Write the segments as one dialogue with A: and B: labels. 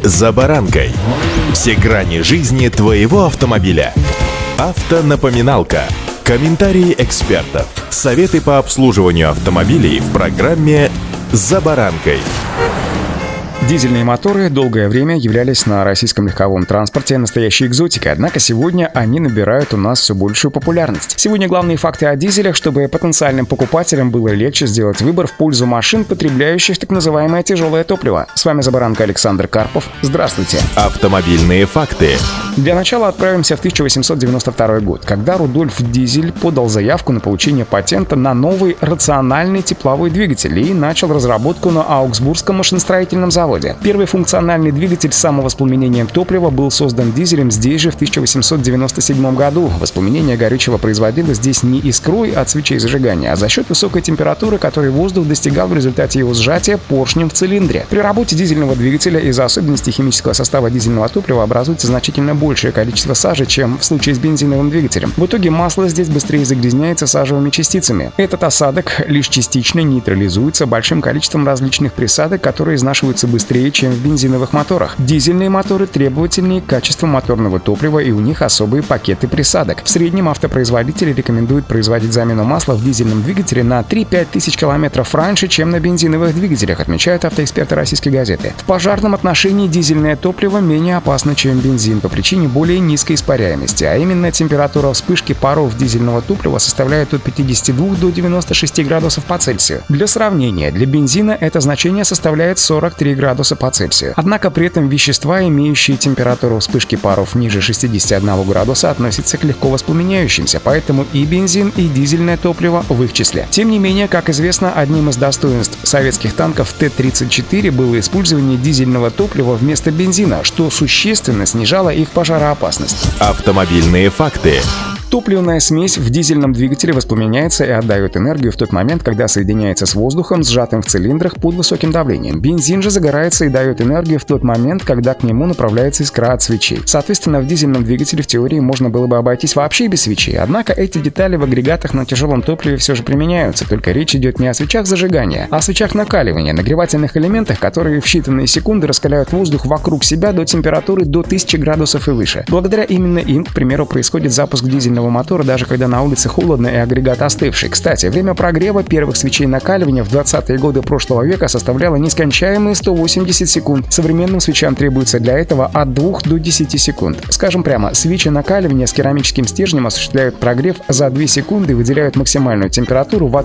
A: «За баранкой». Все грани жизни твоего автомобиля. Автонапоминалка. Комментарии экспертов. Советы по обслуживанию автомобилей в программе «За баранкой».
B: Дизельные моторы долгое время являлись на российском легковом транспорте настоящей экзотикой, однако сегодня они набирают у нас все большую популярность. Сегодня главные факты о дизелях, чтобы потенциальным покупателям было легче сделать выбор в пользу машин, потребляющих так называемое тяжелое топливо. С вами «За баранкой» Александр Карпов. Здравствуйте.
A: Автомобильные факты.
B: Для начала отправимся в 1892 год, когда Рудольф Дизель подал заявку на получение патента на новый рациональный тепловой двигатель и начал разработку на Аугсбургском машиностроительном заводе. Первый функциональный двигатель с самовоспламенением топлива был создан Дизелем здесь же в 1897 году. Воспламенение горючего производилось здесь не искрой от свечей зажигания, а за счет высокой температуры, которой воздух достигал в результате его сжатия поршнем в цилиндре. При работе дизельного двигателя из-за особенностей химического состава дизельного топлива образуется значительно большее количество сажи, чем в случае с бензиновым двигателем. В итоге масло здесь быстрее загрязняется сажевыми частицами. Этот осадок лишь частично нейтрализуется большим количеством различных присадок, которые изнашиваются быстрее, чем в бензиновых моторах. Дизельные моторы требовательнее к качеству моторного топлива, и у них особые пакеты присадок. В среднем автопроизводители рекомендуют производить замену масла в дизельном двигателе на 3-5 тысяч километров раньше, чем на бензиновых двигателях, отмечают автоэксперты «Российской газеты». В пожарном отношении дизельное топливо менее опасно, чем бензин, по причине более низкой испаряемости, а именно температура вспышки паров дизельного топлива составляет от 52 до 96 градусов по Цельсию. Для сравнения, для бензина это значение составляет 43 градуса по Цельсию. Однако при этом вещества, имеющие температуру вспышки паров ниже 61 градуса, относятся к легко воспламеняющимся, поэтому и бензин, и дизельное топливо в их числе. Тем не менее, как известно, одним из достоинств советских танков Т-34 было использование дизельного топлива вместо бензина, что существенно снижало их пожароопасность.
A: Автомобильные факты.
B: Топливная смесь в дизельном двигателе воспламеняется и отдает энергию в тот момент, когда соединяется с воздухом, сжатым в цилиндрах под высоким давлением. Бензин же загорается и дает энергию в тот момент, когда к нему направляется искра от свечей. Соответственно, в дизельном двигателе в теории можно было бы обойтись вообще без свечей. Однако эти детали в агрегатах на тяжелом топливе все же применяются, только речь идет не о свечах зажигания, а о свечах накаливания, нагревательных элементах, которые в считанные секунды раскаляют воздух вокруг себя до температуры до 1000 градусов и выше. Благодаря именно им, к примеру, происходит запуск дизельного мотора, даже когда на улице холодно и агрегат остывший. Кстати, время прогрева первых свечей накаливания в 20-е годы прошлого века составляло нескончаемые 180 секунд. Современным свечам требуется для этого от 2 до 10 секунд. Скажем прямо, свечи накаливания с керамическим стержнем осуществляют прогрев за 2 секунды и выделяют максимальную температуру в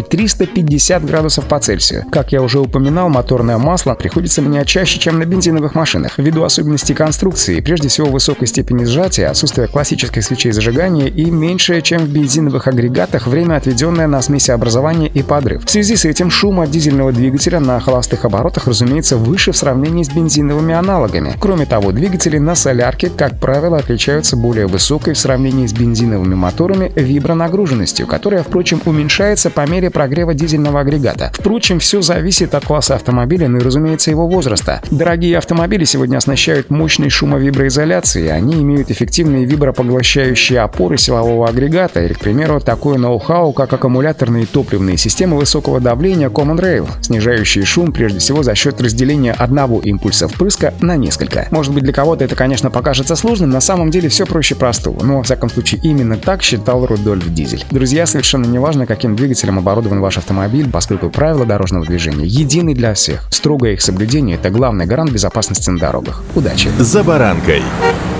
B: 1350 градусов по Цельсию. Как я уже упоминал, моторное масло приходится менять чаще, чем на бензиновых машинах. Ввиду особенностей конструкции, прежде всего высокой степени сжатия, отсутствие классических свечей зажигания и меньшее, чем в бензиновых агрегатах, время, отведенное на смесеобразование и подрыв. В связи с этим шум от дизельного двигателя на холостых оборотах, разумеется, выше в сравнении с бензиновыми аналогами. Кроме того, двигатели на солярке, как правило, отличаются более высокой в сравнении с бензиновыми моторами вибронагруженностью, которая, впрочем, уменьшается по мере прогрева дизельного агрегата. Впрочем, все зависит от класса автомобиля, ну и, разумеется, его возраста. Дорогие автомобили сегодня оснащают мощной шумовиброизоляцией, они имеют эффективные вибропоглощающие опоры силового агрегата или, к примеру, такое ноу-хау, как аккумуляторные топливные системы высокого давления Common Rail, снижающие шум прежде всего за счет разделения одного импульса впрыска на несколько. Может быть, для кого-то это, конечно, покажется сложным, на самом деле все проще простого, но, во всяком случае, именно так считал Рудольф Дизель. Друзья, совершенно неважно, каким двигателем оборудован ваш автомобиль, поскольку правила дорожного движения едины для всех. Строгое их соблюдение – это главный гарант безопасности на дорогах. Удачи!
A: «За баранкой».